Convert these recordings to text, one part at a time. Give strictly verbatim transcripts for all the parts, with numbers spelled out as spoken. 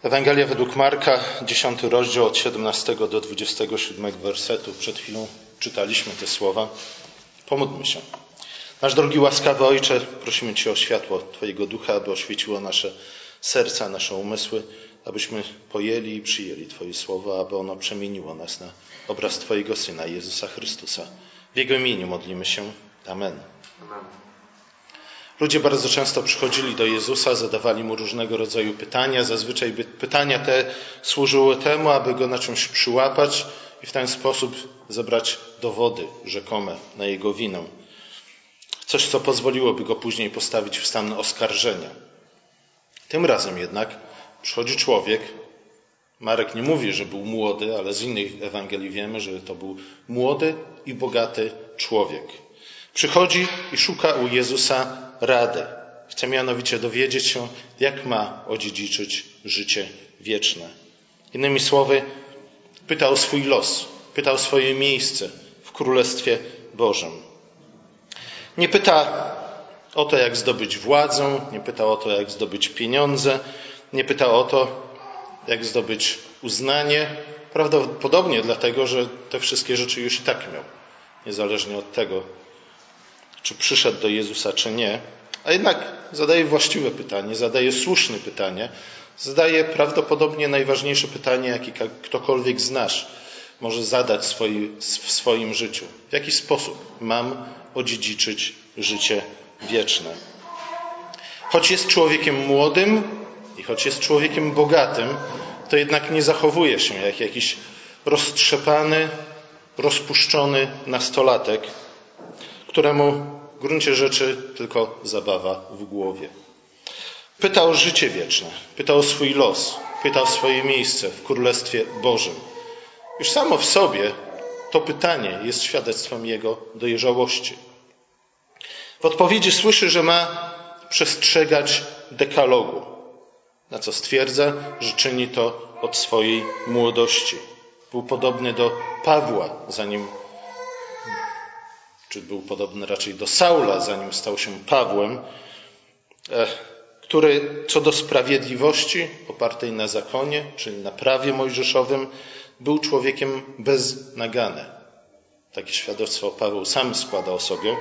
Ewangelia według Marka, dziesiąty rozdział od siedemnastego do dwudziestego siódmego wersetu. Przed chwilą czytaliśmy te słowa. Pomódlmy się. Nasz drogi łaskawy Ojcze, prosimy Cię o światło Twojego Ducha, aby oświeciło nasze serca, nasze umysły, abyśmy pojęli i przyjęli Twoje słowa, aby ono przemieniło nas na obraz Twojego Syna, Jezusa Chrystusa. W Jego imieniu modlimy się. Amen. Amen. Ludzie bardzo często przychodzili do Jezusa, zadawali Mu różnego rodzaju pytania. Zazwyczaj pytania te służyły temu, aby Go na czymś przyłapać i w ten sposób zebrać dowody rzekome na Jego winę. Coś, co pozwoliłoby Go później postawić w stan oskarżenia. Tym razem jednak przychodzi człowiek. Marek nie mówi, że był młody, ale z innych Ewangelii wiemy, że to był młody i bogaty człowiek. Przychodzi i szuka u Jezusa rady. Chce mianowicie dowiedzieć się, jak ma odziedziczyć życie wieczne. Innymi słowy, pyta o swój los, pyta o swoje miejsce w Królestwie Bożym. Nie pyta o to, jak zdobyć władzę, nie pyta o to, jak zdobyć pieniądze, nie pyta o to, jak zdobyć uznanie. Prawdopodobnie dlatego, że te wszystkie rzeczy już i tak miał. Niezależnie od tego, czy przyszedł do Jezusa, czy nie. A jednak zadaje właściwe pytanie, zadaje słuszne pytanie, zadaje prawdopodobnie najważniejsze pytanie, jakie ktokolwiek z nas może zadać w swoim życiu. W jaki sposób mam odziedziczyć życie wieczne? Choć jest człowiekiem młodym i choć jest człowiekiem bogatym, to jednak nie zachowuje się jak jakiś roztrzepany, rozpuszczony nastolatek, któremu w gruncie rzeczy tylko zabawa w głowie. Pyta o życie wieczne, pyta o swój los, pyta o swoje miejsce w Królestwie Bożym. Już samo w sobie to pytanie jest świadectwem jego dojrzałości. W odpowiedzi słyszy, że ma przestrzegać dekalogu, na co stwierdza, że czyni to od swojej młodości. Był podobny do Pawła, zanim czy był podobny raczej do Saula, zanim stał się Pawłem, który co do sprawiedliwości opartej na zakonie, czyli na prawie mojżeszowym, był człowiekiem bez nagany. Takie świadectwo Paweł sam składa o sobie.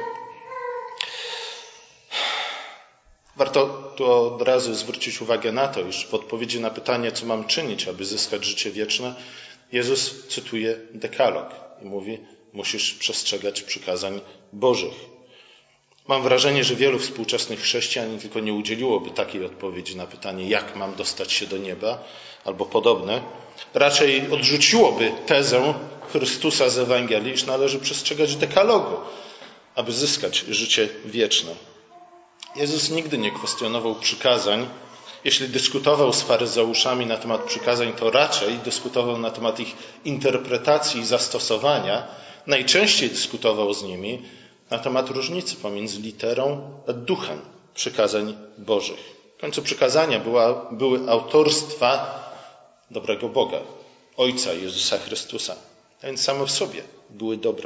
Warto tu od razu zwrócić uwagę na to, iż w odpowiedzi na pytanie, co mam czynić, aby zyskać życie wieczne, Jezus cytuje dekalog i mówi: musisz przestrzegać przykazań Bożych. Mam wrażenie, że wielu współczesnych chrześcijan tylko nie udzieliłoby takiej odpowiedzi na pytanie, jak mam dostać się do nieba, albo podobne. Raczej odrzuciłoby tezę Chrystusa z Ewangelii, iż należy przestrzegać dekalogu, aby zyskać życie wieczne. Jezus nigdy nie kwestionował przykazań. Jeśli dyskutował z faryzeuszami na temat przykazań, to raczej dyskutował na temat ich interpretacji i zastosowania. Najczęściej dyskutował z nimi na temat różnicy pomiędzy literą a duchem przykazań Bożych. W końcu przykazania była, były autorstwa dobrego Boga, Ojca Jezusa Chrystusa, a więc same w sobie były dobre.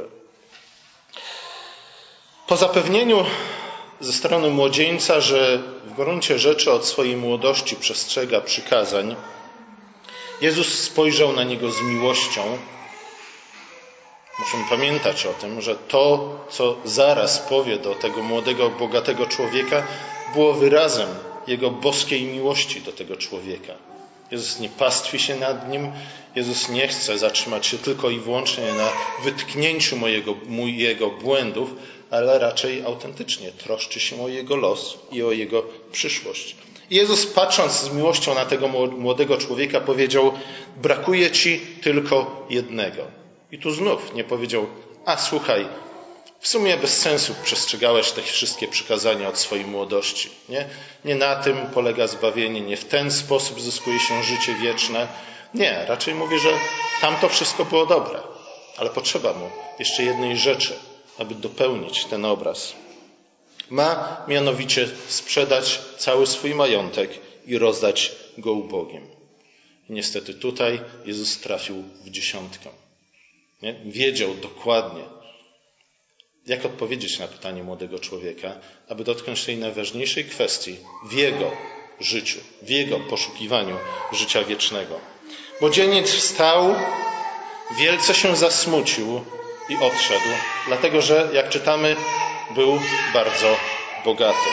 Po zapewnieniu ze strony młodzieńca, że w gruncie rzeczy od swojej młodości przestrzega przykazań, Jezus spojrzał na niego z miłością. Musimy pamiętać o tym, że to, co zaraz powie do tego młodego, bogatego człowieka, było wyrazem jego boskiej miłości do tego człowieka. Jezus nie pastwi się nad nim, Jezus nie chce zatrzymać się tylko i wyłącznie na wytknięciu mojego, jego błędów, ale raczej autentycznie troszczy się o jego los i o jego przyszłość. I Jezus, patrząc z miłością na tego młodego człowieka, powiedział: brakuje ci tylko jednego. I tu znów nie powiedział: a słuchaj, w sumie bez sensu przestrzegałeś te wszystkie przykazania od swojej młodości. Nie? Nie na tym polega zbawienie, nie w ten sposób zyskuje się życie wieczne. Nie, raczej mówi, że tamto wszystko było dobre, ale potrzeba mu jeszcze jednej rzeczy, aby dopełnić ten obraz. Ma mianowicie sprzedać cały swój majątek i rozdać go ubogim. I niestety tutaj Jezus trafił w dziesiątkę. Nie? Wiedział dokładnie, jak odpowiedzieć na pytanie młodego człowieka, aby dotknąć tej najważniejszej kwestii w jego życiu, w Jego poszukiwaniu życia wiecznego. Młodzieniec wstał, wielce się zasmucił i odszedł, dlatego że, jak czytamy, był bardzo bogaty.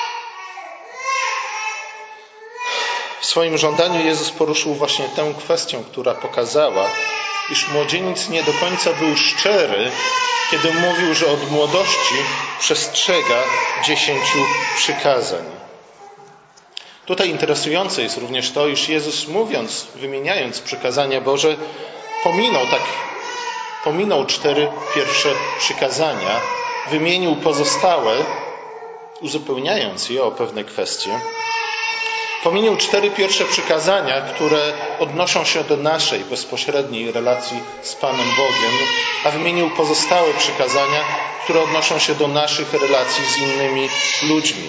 W swoim żądaniu Jezus poruszył właśnie tę kwestię, która pokazała, iż młodzieniec nie do końca był szczery, kiedy mówił, że od młodości przestrzega dziesięciu przykazań. Tutaj interesujące jest również to, iż Jezus, mówiąc, wymieniając przykazania Boże, pominął tak, pominął cztery pierwsze przykazania, wymienił pozostałe, uzupełniając je o pewne kwestie. Pominął cztery pierwsze przykazania, które odnoszą się do naszej bezpośredniej relacji z Panem Bogiem, a wymienił pozostałe przykazania, które odnoszą się do naszych relacji z innymi ludźmi.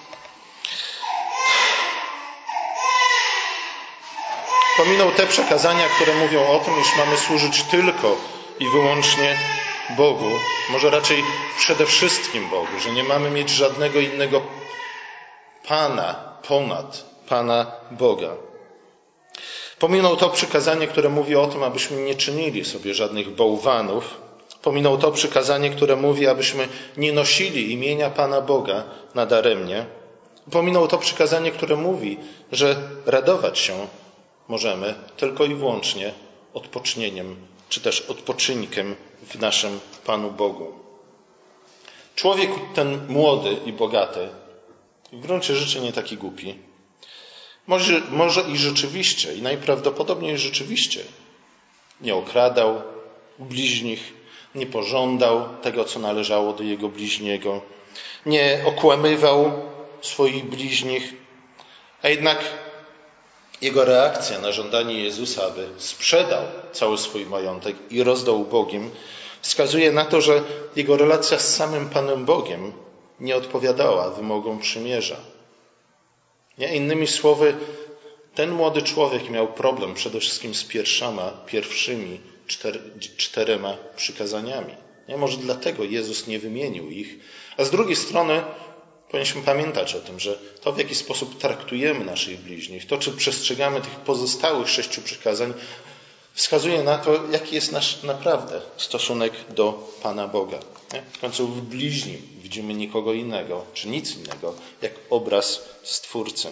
Pominął te przekazania, które mówią o tym, iż mamy służyć tylko i wyłącznie Bogu, może raczej przede wszystkim Bogu, że nie mamy mieć żadnego innego Pana ponad Pana Boga. Pominął to przykazanie, które mówi o tym, abyśmy nie czynili sobie żadnych bałwanów. Pominął to przykazanie, które mówi, abyśmy nie nosili imienia Pana Boga nadaremnie. Pominął to przykazanie, które mówi, że radować się możemy tylko i wyłącznie odpocznieniem, czy też odpoczynkiem w naszym Panu Bogu. Człowiek ten młody i bogaty, w gruncie rzeczy nie taki głupi, może, może i rzeczywiście, i najprawdopodobniej rzeczywiście nie okradał bliźnich, nie pożądał tego, co należało do jego bliźniego, nie okłamywał swoich bliźnich, a jednak jego reakcja na żądanie Jezusa, aby sprzedał cały swój majątek i rozdał ubogim, wskazuje na to, że jego relacja z samym Panem Bogiem nie odpowiadała wymogom przymierza. Nie? Innymi słowy, ten młody człowiek miał problem przede wszystkim z pierwszama, pierwszymi cztery, czterema przykazaniami. Nie? Może dlatego Jezus nie wymienił ich, a z drugiej strony powinniśmy pamiętać o tym, że to, w jaki sposób traktujemy naszych bliźnich, to, czy przestrzegamy tych pozostałych sześciu przykazań, wskazuje na to, jaki jest nasz naprawdę stosunek do Pana Boga. Nie? W końcu w bliźnim widzimy nikogo innego, czy nic innego, jak obraz Stwórcy.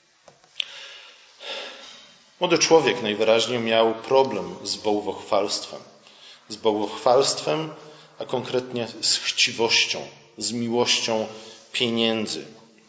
Młody człowiek najwyraźniej miał problem z bałwochwalstwem. Z bałwochwalstwem, a konkretnie z chciwością, z miłością pieniędzy.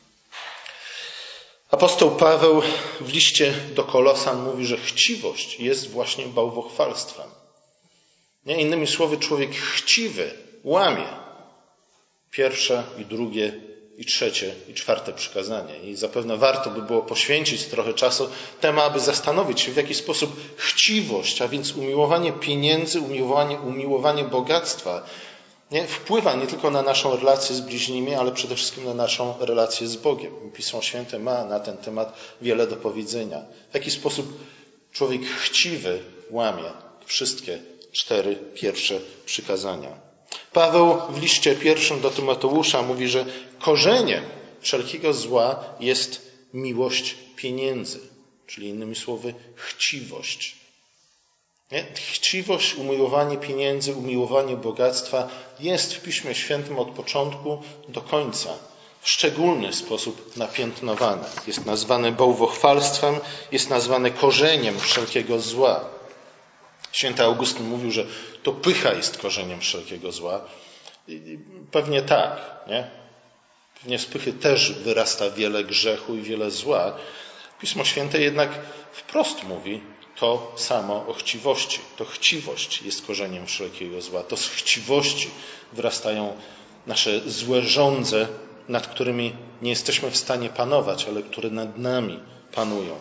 Apostoł Paweł w liście do Kolosan mówi, że chciwość jest właśnie bałwochwalstwem. Nie? Innymi słowy, człowiek chciwy łamie pierwsze i drugie i trzecie i czwarte przykazanie. I zapewne warto by było poświęcić trochę czasu temu, aby zastanowić się, w jaki sposób chciwość, a więc umiłowanie pieniędzy, umiłowanie, umiłowanie bogactwa, nie, wpływa nie tylko na naszą relację z bliźnimi, ale przede wszystkim na naszą relację z Bogiem. Pismo Święte ma na ten temat wiele do powiedzenia. W jaki sposób człowiek chciwy łamie wszystkie cztery pierwsze przykazania. Paweł w liście pierwszym do Tymoteusza mówi, że korzeniem wszelkiego zła jest miłość pieniędzy, czyli innymi słowy chciwość. Nie? Chciwość, umiłowanie pieniędzy, umiłowanie bogactwa jest w Piśmie Świętym od początku do końca w szczególny sposób napiętnowane. Jest nazwane bałwochwalstwem, jest nazwane korzeniem wszelkiego zła. Święty Augustyn mówił, że to pycha jest korzeniem wszelkiego zła. I pewnie tak, nie? Pewnie z pychy też wyrasta wiele grzechu i wiele zła. Pismo Święte jednak wprost mówi to samo o chciwości. To chciwość jest korzeniem wszelkiego zła. To z chciwości wyrastają nasze złe żądze, nad którymi nie jesteśmy w stanie panować, ale które nad nami panują.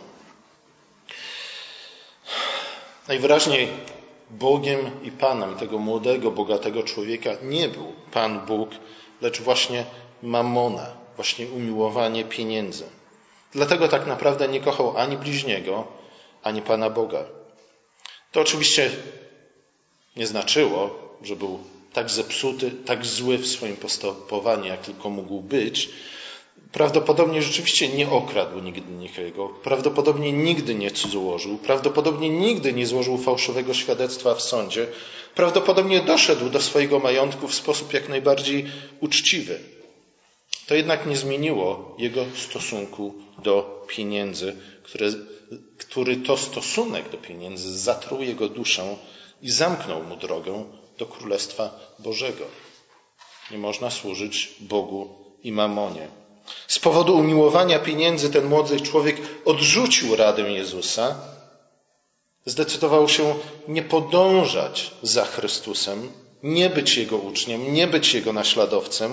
Najwyraźniej Bogiem i Panem tego młodego, bogatego człowieka nie był Pan Bóg, lecz właśnie mamona, właśnie umiłowanie pieniędzy. Dlatego tak naprawdę nie kochał ani bliźniego, ani Pana Boga. To oczywiście nie znaczyło, że był tak zepsuty, tak zły w swoim postępowaniu, jak tylko mógł być. Prawdopodobnie rzeczywiście nie okradł nigdy nikogo, prawdopodobnie nigdy nie cudzołożył, prawdopodobnie nigdy nie złożył fałszywego świadectwa w sądzie, prawdopodobnie doszedł do swojego majątku w sposób jak najbardziej uczciwy. To jednak nie zmieniło jego stosunku do pieniędzy, które, który to stosunek do pieniędzy zatruł jego duszę i zamknął mu drogę do Królestwa Bożego. Nie można służyć Bogu i mamonie. Z powodu umiłowania pieniędzy ten młody człowiek odrzucił radę Jezusa, zdecydował się nie podążać za Chrystusem, nie być Jego uczniem, nie być Jego naśladowcą.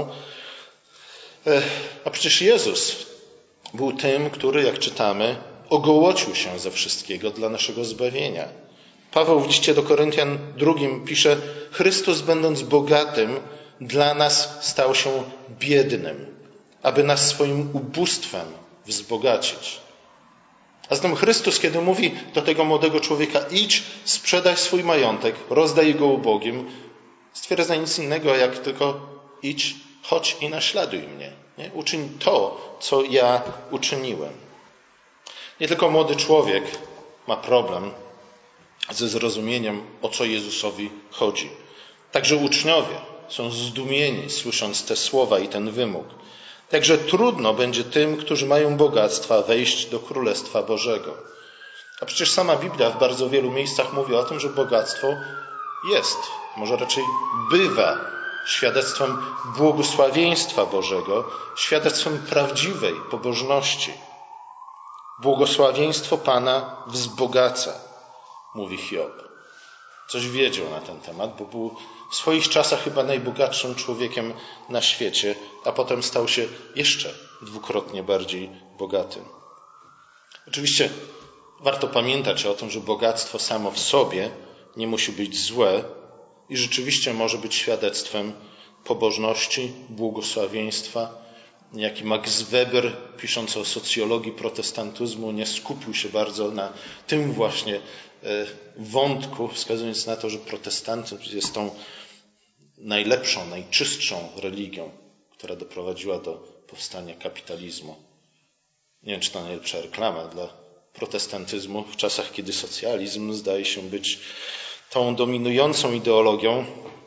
A przecież Jezus był tym, który, jak czytamy, ogołocił się ze wszystkiego dla naszego zbawienia. Paweł w liście do Koryntian drugim pisze: Chrystus, będąc bogatym, dla nas stał się biednym, aby nas swoim ubóstwem wzbogacić. A zatem Chrystus, kiedy mówi do tego młodego człowieka: idź, sprzedaj swój majątek, rozdaj go ubogim, stwierdza nic innego, jak tylko idź, chodź i naśladuj mnie. Nie? Uczyń to, co ja uczyniłem. Nie tylko młody człowiek ma problem ze zrozumieniem, o co Jezusowi chodzi. Także uczniowie są zdumieni, słysząc te słowa i ten wymóg. Także trudno będzie tym, którzy mają bogactwa, wejść do Królestwa Bożego. A przecież sama Biblia w bardzo wielu miejscach mówi o tym, że bogactwo jest, może raczej bywa świadectwem błogosławieństwa Bożego, świadectwem prawdziwej pobożności. Błogosławieństwo Pana wzbogaca, mówi Hiob. Coś wiedział na ten temat, bo był w swoich czasach chyba najbogatszym człowiekiem na świecie, a potem stał się jeszcze dwukrotnie bardziej bogatym. Oczywiście warto pamiętać o tym, że bogactwo samo w sobie nie musi być złe i rzeczywiście może być świadectwem pobożności, błogosławieństwa. Jak i Max Weber, pisząc o socjologii protestantyzmu, nie skupił się bardzo na tym właśnie wątku, wskazując na to, że protestantyzm jest tą najlepszą, najczystszą religią, która doprowadziła do powstania kapitalizmu. Nie wiem, czy to najlepsza reklama dla protestantyzmu w czasach, kiedy socjalizm zdaje się być tą dominującą ideologią.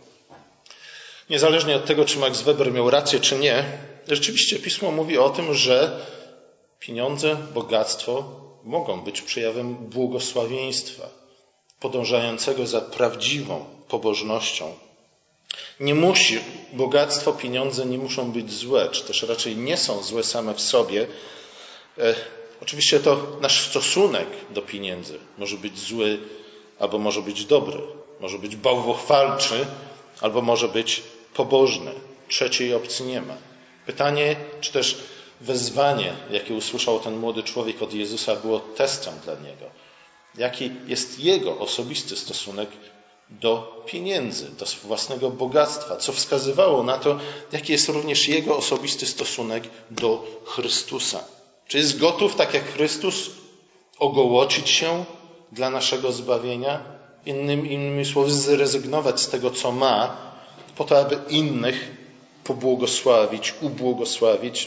Niezależnie od tego, czy Max Weber miał rację, czy nie, rzeczywiście Pismo mówi o tym, że pieniądze, bogactwo mogą być przejawem błogosławieństwa, podążającego za prawdziwą pobożnością. Nie musi, bogactwo, pieniądze nie muszą być złe, czy też raczej nie są złe same w sobie. E, oczywiście to nasz stosunek do pieniędzy może być zły, albo może być dobry. Może być bałwochwalczy, albo może być pobożny. Trzeciej opcji nie ma. Pytanie, czy też wezwanie, jakie usłyszał ten młody człowiek od Jezusa, było testem dla niego. Jaki jest jego osobisty stosunek do pieniędzy, do własnego bogactwa, co wskazywało na to, jaki jest również jego osobisty stosunek do Chrystusa. Czy jest gotów, tak jak Chrystus, ogołocić się dla naszego zbawienia? Innymi, innymi słowy, zrezygnować z tego, co ma, po to, aby innych pobłogosławić, ubłogosławić.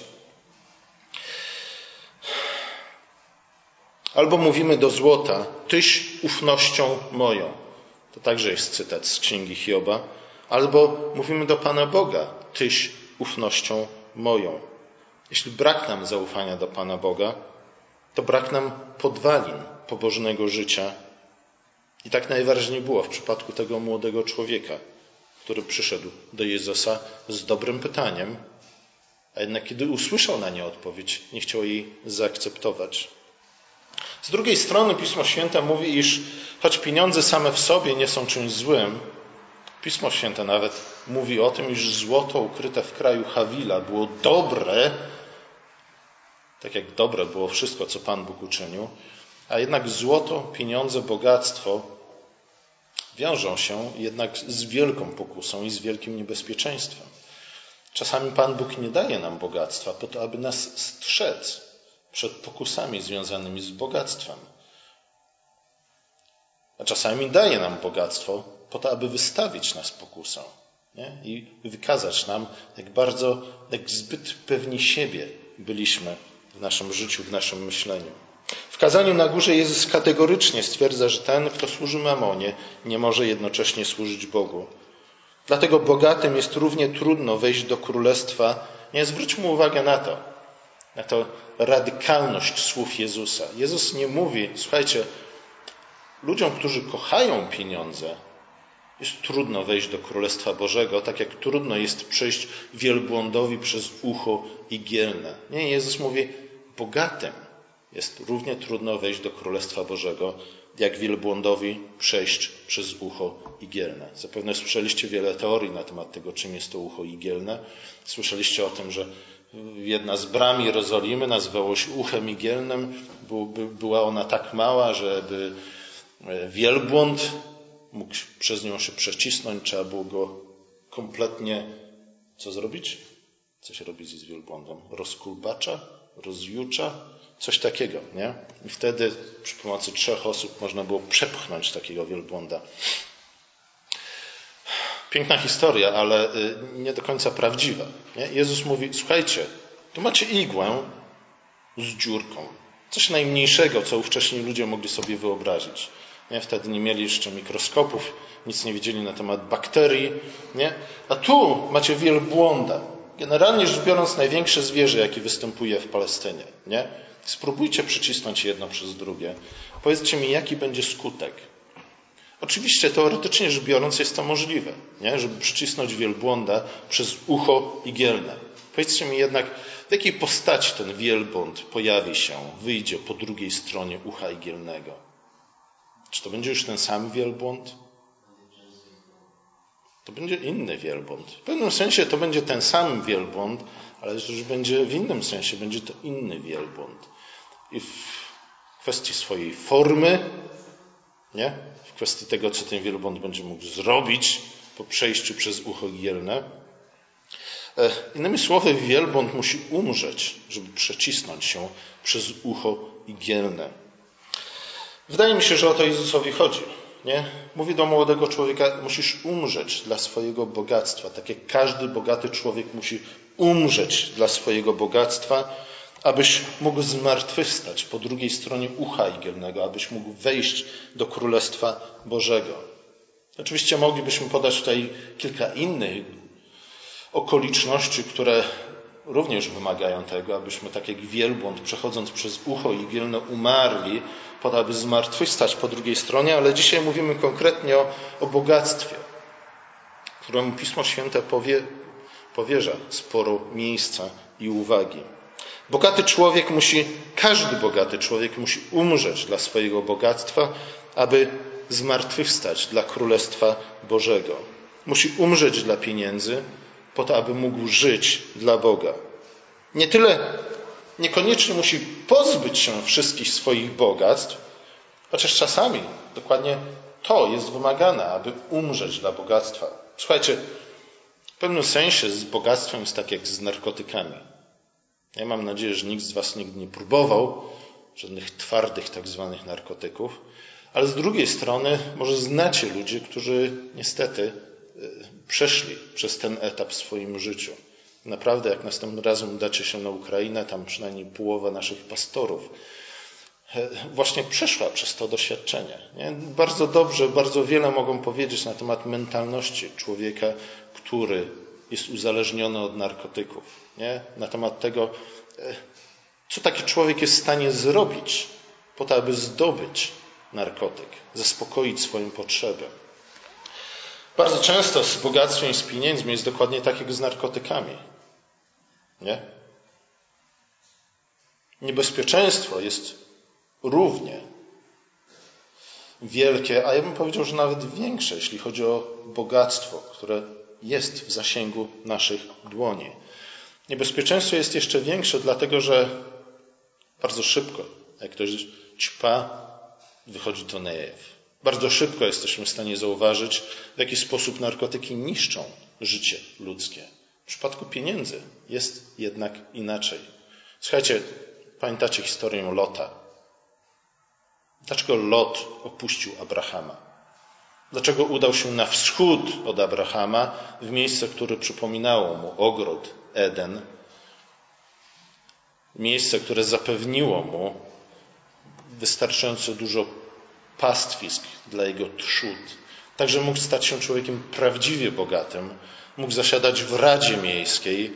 Albo mówimy do złota: tyś ufnością moją. To także jest cytat z Księgi Hioba. Albo mówimy do Pana Boga: tyś ufnością moją. Jeśli brak nam zaufania do Pana Boga, to brak nam podwalin pobożnego życia. I tak najważniej było w przypadku tego młodego człowieka, który przyszedł do Jezusa z dobrym pytaniem, a jednak kiedy usłyszał na nie odpowiedź, nie chciał jej zaakceptować. Z drugiej strony Pismo Święte mówi, iż choć pieniądze same w sobie nie są czymś złym, Pismo Święte nawet mówi o tym, iż złoto ukryte w kraju Hawila było dobre, tak jak dobre było wszystko, co Pan Bóg uczynił, a jednak złoto, pieniądze, bogactwo wiążą się jednak z wielką pokusą i z wielkim niebezpieczeństwem. Czasami Pan Bóg nie daje nam bogactwa po to, aby nas strzec przed pokusami związanymi z bogactwem. A czasami daje nam bogactwo po to, aby wystawić nas pokusom. Nie? I wykazać nam, jak bardzo, jak zbyt pewni siebie byliśmy w naszym życiu, w naszym myśleniu. W kazaniu na górze Jezus kategorycznie stwierdza, że ten, kto służy mamonie, nie może jednocześnie służyć Bogu. Dlatego bogatym jest równie trudno wejść do królestwa. Nie, zwróćmy uwagę na to, na to radykalność słów Jezusa. Jezus nie mówi, słuchajcie, ludziom, którzy kochają pieniądze, jest trudno wejść do Królestwa Bożego, tak jak trudno jest przejść wielbłądowi przez ucho igielne. Nie, Jezus mówi, bogatym jest równie trudno wejść do Królestwa Bożego, jak wielbłądowi przejść przez ucho igielne. Zapewne słyszeliście wiele teorii na temat tego, czym jest to ucho igielne. Słyszeliście o tym, że jedna z bram Jerozolimy nazywało się uchem igielnym. Była ona tak mała, żeby wielbłąd mógł przez nią się przecisnąć, trzeba było go kompletnie, co zrobić? Co się robi z wielbłądem? Rozkulbacza? Rozjucza? Coś takiego, nie? I wtedy przy pomocy trzech osób można było przepchnąć takiego wielbłąda. Piękna historia, ale nie do końca prawdziwa. Nie? Jezus mówi, słuchajcie, tu macie igłę z dziurką. Coś najmniejszego, co ówcześni ludzie mogli sobie wyobrazić. Nie? Wtedy nie mieli jeszcze mikroskopów, nic nie wiedzieli na temat bakterii. Nie? A tu macie wielbłąda. Generalnie rzecz biorąc największe zwierzę, jakie występuje w Palestynie. Nie? Spróbujcie przycisnąć jedno przez drugie. Powiedzcie mi, jaki będzie skutek. Oczywiście teoretycznie rzecz biorąc jest to możliwe, nie? Żeby przycisnąć wielbłąda przez ucho igielne. Powiedzcie mi jednak, w jakiej postaci ten wielbłąd pojawi się, wyjdzie po drugiej stronie ucha igielnego. Czy to będzie już ten sam wielbłąd? To będzie inny wielbłąd. W pewnym sensie to będzie ten sam wielbłąd, ale już będzie w innym sensie, będzie to inny wielbłąd. I w kwestii swojej formy, nie? W kwestii tego, co ten wielbłąd będzie mógł zrobić po przejściu przez ucho igielne. Innymi słowy, wielbłąd musi umrzeć, żeby przecisnąć się przez ucho igielne. Wydaje mi się, że o to Jezusowi chodzi. Nie? Mówi do młodego człowieka, musisz umrzeć dla swojego bogactwa. Tak jak każdy bogaty człowiek musi umrzeć dla swojego bogactwa, abyś mógł zmartwychwstać po drugiej stronie ucha igielnego, abyś mógł wejść do Królestwa Bożego. Oczywiście moglibyśmy podać tutaj kilka innych okoliczności, które również wymagają tego, abyśmy tak jak wielbłąd, przechodząc przez ucho igielne, umarli, po to, aby zmartwychwstać po drugiej stronie, ale dzisiaj mówimy konkretnie o, o bogactwie, któremu Pismo Święte powie, powierza sporo miejsca i uwagi. Bogaty człowiek musi, każdy bogaty człowiek musi umrzeć dla swojego bogactwa, aby zmartwychwstać dla Królestwa Bożego. Musi umrzeć dla pieniędzy, po to, aby mógł żyć dla Boga. Nie tyle, niekoniecznie musi pozbyć się wszystkich swoich bogactw, chociaż czasami dokładnie to jest wymagane, aby umrzeć dla bogactwa. Słuchajcie, w pewnym sensie z bogactwem jest tak jak z narkotykami. Ja mam nadzieję, że nikt z was nigdy nie próbował żadnych twardych tak zwanych narkotyków, ale z drugiej strony może znacie ludzi, którzy niestety przeszli przez ten etap w swoim życiu. Naprawdę, jak następnym razem udacie się na Ukrainę, tam przynajmniej połowa naszych pastorów właśnie przeszła przez to doświadczenie. Nie? Bardzo dobrze, bardzo wiele mogą powiedzieć na temat mentalności człowieka, który jest uzależniony od narkotyków. Nie? Na temat tego, co taki człowiek jest w stanie zrobić po to, aby zdobyć narkotyk, zaspokoić swoją potrzebę. Bardzo często z bogactwem i z pieniędzmi jest dokładnie tak jak z narkotykami. Nie? Niebezpieczeństwo jest równie wielkie, a ja bym powiedział, że nawet większe, jeśli chodzi o bogactwo, które jest w zasięgu naszych dłoni. Niebezpieczeństwo jest jeszcze większe, dlatego że bardzo szybko, jak ktoś ćpa, wychodzi to na jaw. Bardzo szybko jesteśmy w stanie zauważyć, w jaki sposób narkotyki niszczą życie ludzkie. W przypadku pieniędzy jest jednak inaczej. Słuchajcie, pamiętacie historię Lota. Dlaczego Lot opuścił Abrahama? Dlaczego udał się na wschód od Abrahama, w miejsce, które przypominało mu ogród Eden, miejsce, które zapewniło mu wystarczająco dużo pastwisk dla jego trzód. Także mógł stać się człowiekiem prawdziwie bogatym, mógł zasiadać w Radzie Miejskiej,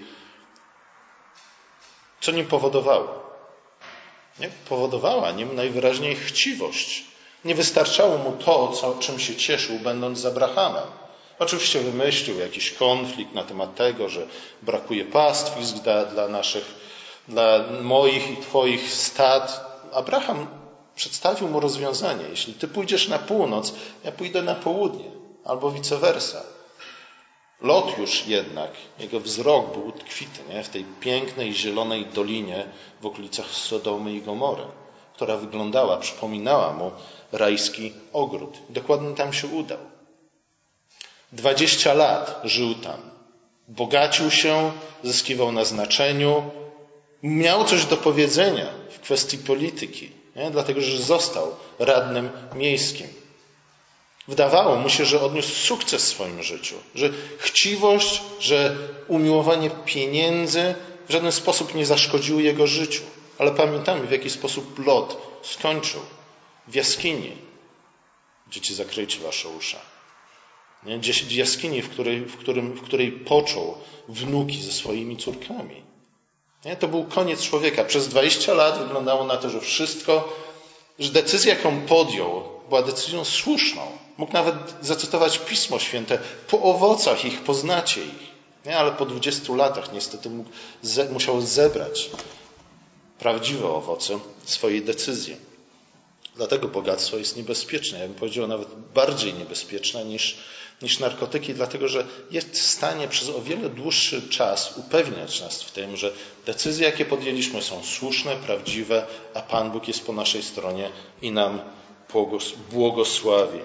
co nim powodowało? Nie? Powodowała nim najwyraźniej chciwość. Nie wystarczało mu to, co, czym się cieszył, będąc z Abrahamem. Oczywiście wymyślił jakiś konflikt na temat tego, że brakuje pastwisk dla, dla naszych, dla moich i twoich stad. Abraham przedstawił mu rozwiązanie. Jeśli ty pójdziesz na północ, ja pójdę na południe, albo vice versa. Lot już jednak, jego wzrok był utkwity, nie? W tej pięknej, zielonej dolinie w okolicach Sodomy i Gomory, która wyglądała, przypominała mu rajski ogród. Dokładnie tam się udał. Dwadzieścia lat żył tam. Bogacił się, zyskiwał na znaczeniu. Miał coś do powiedzenia w kwestii polityki, nie? Dlatego że został radnym miejskim. Wydawało mu się, że odniósł sukces w swoim życiu, że chciwość, że umiłowanie pieniędzy w żaden sposób nie zaszkodziły jego życiu. Ale pamiętamy, w jaki sposób Lot skończył. W jaskini. Dzieci, zakryjcie wasze uszy. Nie? W jaskini, w której, w, którym, w której począł wnuki ze swoimi córkami. Nie? To był koniec człowieka. Przez dwadzieścia lat wyglądało na to, że wszystko, że decyzja, jaką podjął, była decyzją słuszną. Mógł nawet zacytować Pismo Święte. Po owocach ich poznacie ich. Nie? Ale po dwudziestu latach niestety mógł, ze, musiał zebrać prawdziwe owoce swojej decyzji. Dlatego bogactwo jest niebezpieczne. Ja bym powiedział nawet bardziej niebezpieczne niż, niż narkotyki, dlatego że jest w stanie przez o wiele dłuższy czas upewniać nas w tym, że decyzje, jakie podjęliśmy, są słuszne, prawdziwe, a Pan Bóg jest po naszej stronie i nam błogosławi.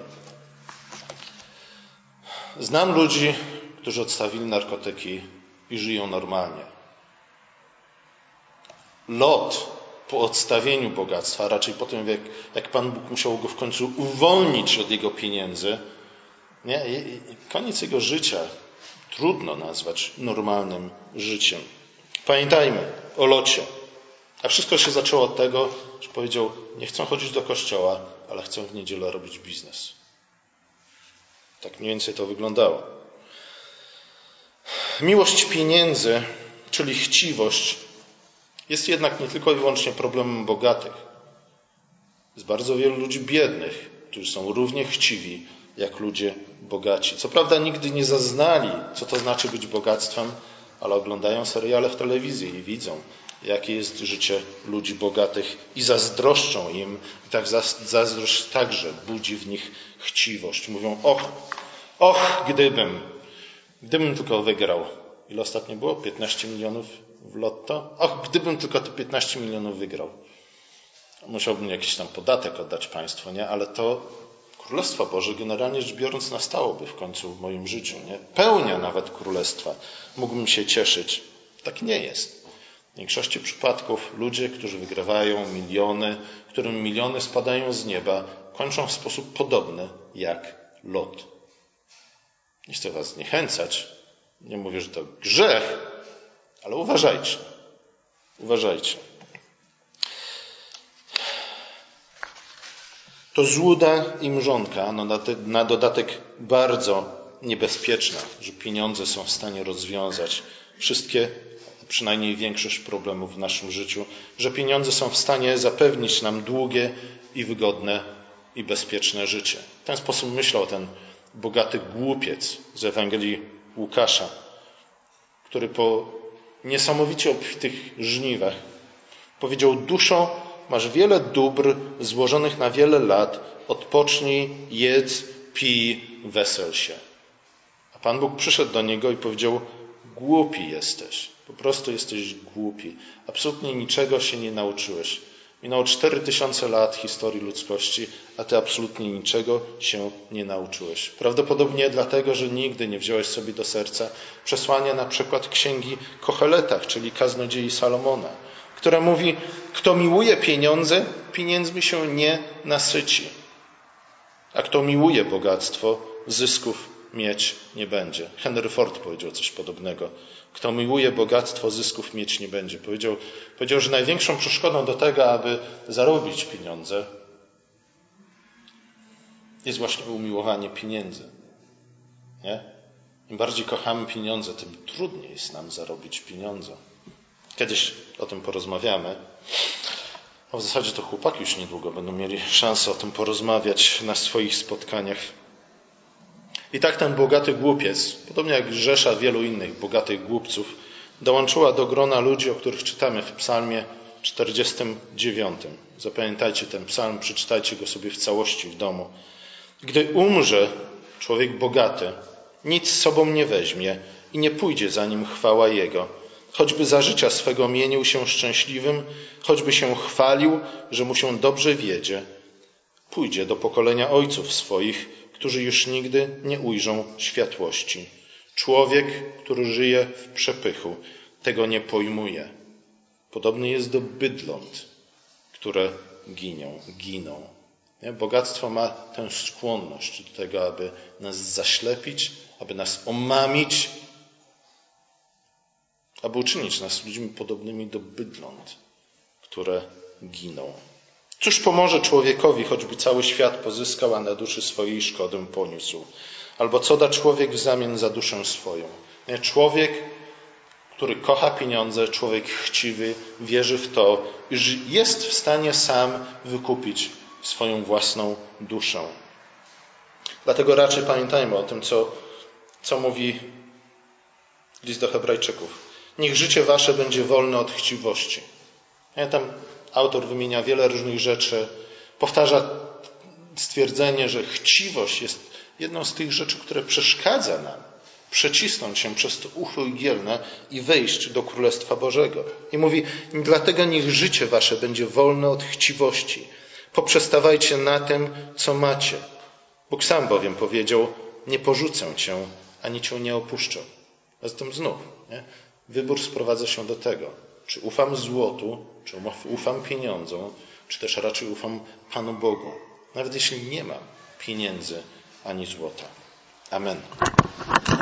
Znam ludzi, którzy odstawili narkotyki i żyją normalnie. Lot po odstawieniu bogactwa, a raczej po tym, jak, jak Pan Bóg musiał go w końcu uwolnić od jego pieniędzy, nie? I, i koniec jego życia trudno nazwać normalnym życiem. Pamiętajmy o Locie. A wszystko się zaczęło od tego, że powiedział, nie chcę chodzić do kościoła, ale chcę w niedzielę robić biznes. Tak mniej więcej to wyglądało. Miłość pieniędzy, czyli chciwość, jest jednak nie tylko i wyłącznie problemem bogatych. Jest bardzo wielu ludzi biednych, którzy są równie chciwi jak ludzie bogaci. Co prawda nigdy nie zaznali, co to znaczy być bogactwem, ale oglądają seriale w telewizji i widzą, jakie jest życie ludzi bogatych i zazdroszczą im. I tak zazdrość także budzi w nich chciwość. Mówią, och, och, gdybym, gdybym tylko wygrał. Ile ostatnio było? piętnaście milionów w lotto? Och, gdybym tylko te piętnaście milionów wygrał. Musiałbym jakiś tam podatek oddać państwu, nie? Ale to Królestwo Boże generalnie rzecz biorąc nastałoby w końcu w moim życiu, nie? Pełnia nawet Królestwa. Mógłbym się cieszyć. Tak nie jest. W większości przypadków ludzie, którzy wygrywają miliony, którym miliony spadają z nieba, kończą w sposób podobny jak Lot. Nie chcę was zniechęcać. Nie mówię, że to grzech, ale uważajcie. Uważajcie. To złuda i mrzonka, na dodatek bardzo niebezpieczna, że pieniądze są w stanie rozwiązać wszystkie, przynajmniej większość problemów w naszym życiu, że pieniądze są w stanie zapewnić nam długie i wygodne i bezpieczne życie. W ten sposób myślał ten bogaty głupiec z Ewangelii Łukasza, który po niesamowicie obfitych żniwach powiedział: duszo, masz wiele dóbr złożonych na wiele lat, odpocznij, jedz, pij, wesel się. A Pan Bóg przyszedł do niego i powiedział: głupi jesteś, po prostu jesteś głupi, absolutnie niczego się nie nauczyłeś. Minęło cztery tysiące lat historii ludzkości, a ty absolutnie niczego się nie nauczyłeś. Prawdopodobnie dlatego, że nigdy nie wziąłeś sobie do serca przesłania na przykład księgi Koheletach, czyli kaznodziei Salomona, która mówi: kto miłuje pieniądze, pieniędzmi się nie nasyci. A kto miłuje bogactwo, zysków mieć nie będzie. Henry Ford powiedział coś podobnego. Kto miłuje bogactwo, zysków mieć nie będzie. Powiedział, powiedział, że największą przeszkodą do tego, aby zarobić pieniądze, jest właśnie umiłowanie pieniędzy. Nie? Im bardziej kochamy pieniądze, tym trudniej jest nam zarobić pieniądze. Kiedyś o tym porozmawiamy. A w zasadzie to chłopaki już niedługo będą mieli szansę o tym porozmawiać na swoich spotkaniach. I tak ten bogaty głupiec, podobnie jak rzesza wielu innych bogatych głupców, dołączyła do grona ludzi, o których czytamy w psalmie czterdziestym dziewiątym. Zapamiętajcie ten psalm, przeczytajcie go sobie w całości w domu. Gdy umrze człowiek bogaty, nic z sobą nie weźmie i nie pójdzie za nim chwała Jego. Choćby za życia swego mienił się szczęśliwym, choćby się chwalił, że mu się dobrze wiedzie, pójdzie do pokolenia ojców swoich, którzy już nigdy nie ujrzą światłości. Człowiek, który żyje w przepychu, tego nie pojmuje. Podobny jest do bydląt, które giną, giną. Nie? Bogactwo ma tę skłonność do tego, aby nas zaślepić, aby nas omamić, aby uczynić nas ludźmi podobnymi do bydląt, które giną. Cóż pomoże człowiekowi, choćby cały świat pozyskał, a na duszy swojej szkodę poniósł? Albo co da człowiek w zamian za duszę swoją? Nie? Człowiek, który kocha pieniądze, człowiek chciwy, wierzy w to, iż jest w stanie sam wykupić swoją własną duszę. Dlatego raczej pamiętajmy o tym, co, co mówi list do Hebrajczyków. Niech życie wasze będzie wolne od chciwości. Ja tam autor wymienia wiele różnych rzeczy. Powtarza stwierdzenie, że chciwość jest jedną z tych rzeczy, które przeszkadza nam przecisnąć się przez to ucho igielne i wejść do Królestwa Bożego. I mówi, dlatego niech życie wasze będzie wolne od chciwości. Poprzestawajcie na tym, co macie. Bóg sam bowiem powiedział, nie porzucę cię, ani cię nie opuszczę. A zatem znów, nie? Wybór sprowadza się do tego, czy ufam złotu, czy ufam pieniądzom, czy też raczej ufam Panu Bogu. Nawet jeśli nie mam pieniędzy ani złota. Amen.